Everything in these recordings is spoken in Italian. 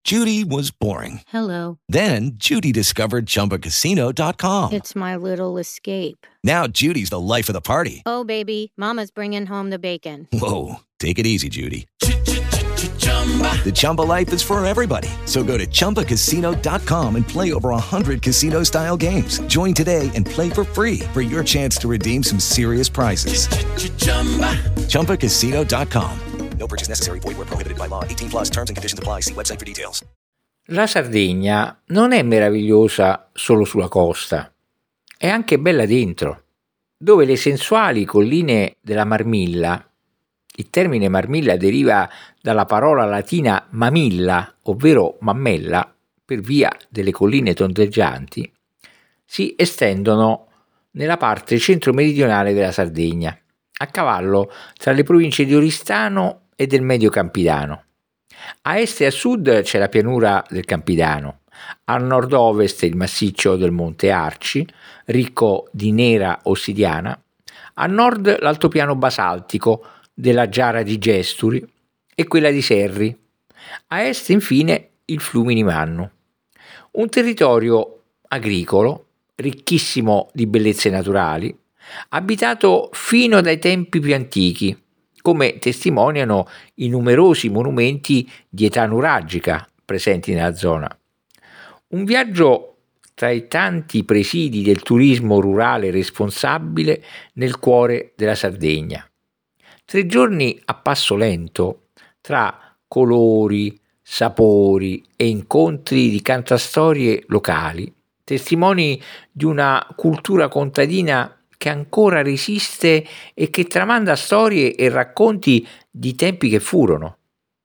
Judy was boring. Hello. Then Judy discovered ChumbaCasino.com. It's my little escape. Now Judy's the life of the party. Oh, baby, mama's bringing home the bacon. Whoa, take it easy, Judy. The Chumba life is for everybody. So go to ChumbaCasino.com and play over 100 casino-style games. Join today and play for free for your chance to redeem some serious prizes. ChumbaCasino.com. No purchase necessary. Void where prohibited by law. 18 plus terms and conditions apply. See website for details. La Sardegna non è meravigliosa solo sulla costa, è anche bella dentro, dove le sensuali colline della Marmilla, il termine Marmilla deriva dalla parola latina mamilla, ovvero mammella, per via delle colline tondeggianti, si estendono nella parte centro-meridionale della Sardegna, a cavallo tra le province di Oristano e del Medio Campidano. A est e a sud c'è la pianura del Campidano, a nord-ovest il massiccio del Monte Arci, ricco di nera ossidiana, a nord l'altopiano basaltico della Giara di Gesturi e quella di Serri, a est infine il Flumini Mannu. Un territorio agricolo, ricchissimo di bellezze naturali, abitato fino dai tempi più antichi, come testimoniano i numerosi monumenti di età nuragica presenti nella zona. Un viaggio tra i tanti presidi del turismo rurale responsabile nel cuore della Sardegna. 3 giorni a passo lento, tra colori, sapori e incontri di cantastorie locali, testimoni di una cultura contadina che ancora resiste e che tramanda storie e racconti di tempi che furono.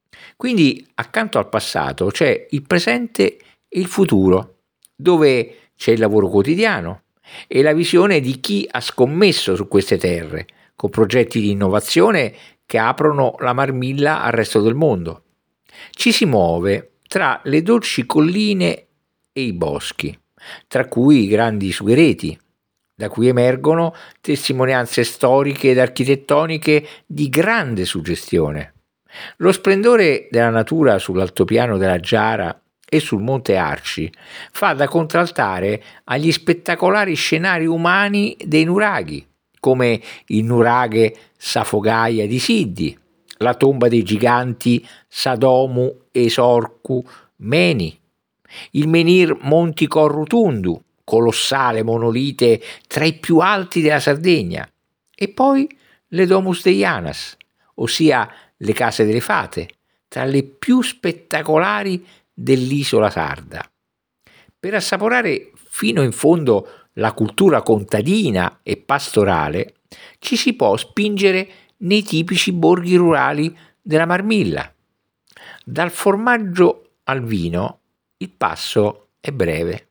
Quindi accanto al passato c'è il presente e il futuro, dove c'è il lavoro quotidiano e la visione di chi ha scommesso su queste terre, con progetti di innovazione che aprono la Marmilla al resto del mondo. Ci si muove tra le dolci colline e i boschi, tra cui i grandi sughereti, da cui emergono testimonianze storiche ed architettoniche di grande suggestione. Lo splendore della natura sull'altopiano della Giara e sul Monte Arci fa da contraltare agli spettacolari scenari umani dei nuraghi, come il nuraghe Safogaia di Siddi, la tomba dei giganti Sadomu e Sorcu Meni, il menhir Monti Corrutundu, colossale monolite tra i più alti della Sardegna, e poi le Domus Deianas, ossia le case delle fate, tra le più spettacolari dell'isola sarda. Per assaporare fino in fondo la cultura contadina e pastorale, ci si può spingere nei tipici borghi rurali della Marmilla. Dal formaggio al vino il passo è breve.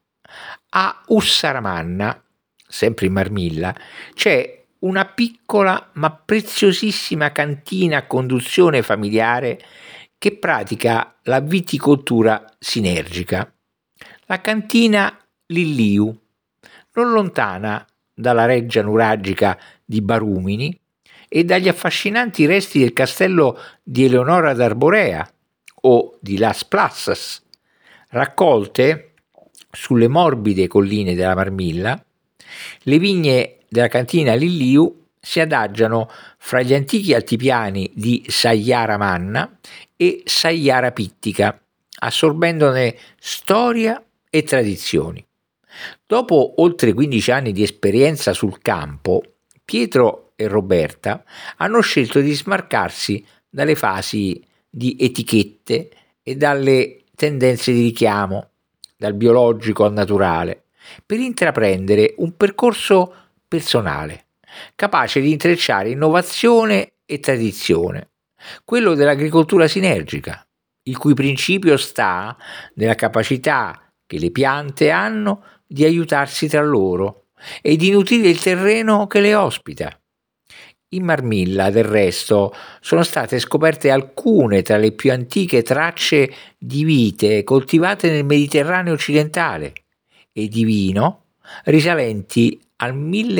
A Ussaramanna, sempre in Marmilla, c'è una piccola ma preziosissima cantina a conduzione familiare che pratica la viticoltura sinergica. La cantina Lilliu, non lontana dalla reggia nuragica di Barumini e dagli affascinanti resti del castello di Eleonora d'Arborea o di Las Plassas, raccolte sulle morbide colline della Marmilla. Le vigne della cantina Lilliu si adagiano fra gli antichi altipiani di Saiara Manna e Saiara Pittica, assorbendone storia e tradizioni. Dopo oltre 15 anni di esperienza sul campo, Pietro e Roberta hanno scelto di smarcarsi dalle fasi di etichette e dalle tendenze di richiamo, dal biologico al naturale, per intraprendere un percorso personale, capace di intrecciare innovazione e tradizione, quello dell'agricoltura sinergica, il cui principio sta nella capacità che le piante hanno di aiutarsi tra loro e di nutrire il terreno che le ospita. In Marmilla, del resto, sono state scoperte alcune tra le più antiche tracce di vite coltivate nel Mediterraneo occidentale e di vino risalenti al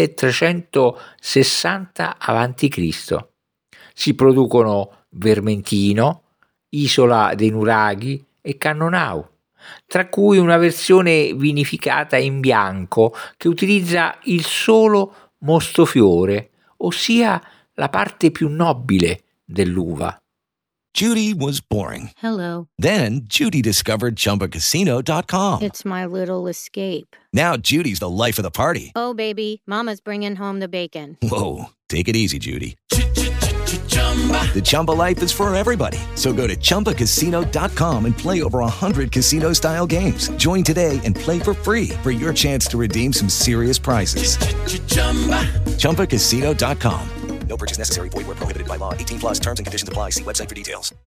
1360 a.C. Si producono vermentino, isola dei nuraghi e Cannonau, tra cui una versione vinificata in bianco che utilizza il solo mostofiore, ossia la parte più nobile dell'uva. Judy was boring. Hello. Then Judy discovered ChumbaCasino.com. It's my little escape. Now Judy's the life of the party. Oh, baby, mama's bringing home the bacon. Whoa, take it easy, Judy. The Chumba life is for everybody. So go to ChumbaCasino.com and play over 100 casino-style games. Join today and play for free for your chance to redeem some serious prizes. ChumbaCasino.com. No purchase necessary. Void where prohibited by law. 18+ terms and conditions apply. See website for details.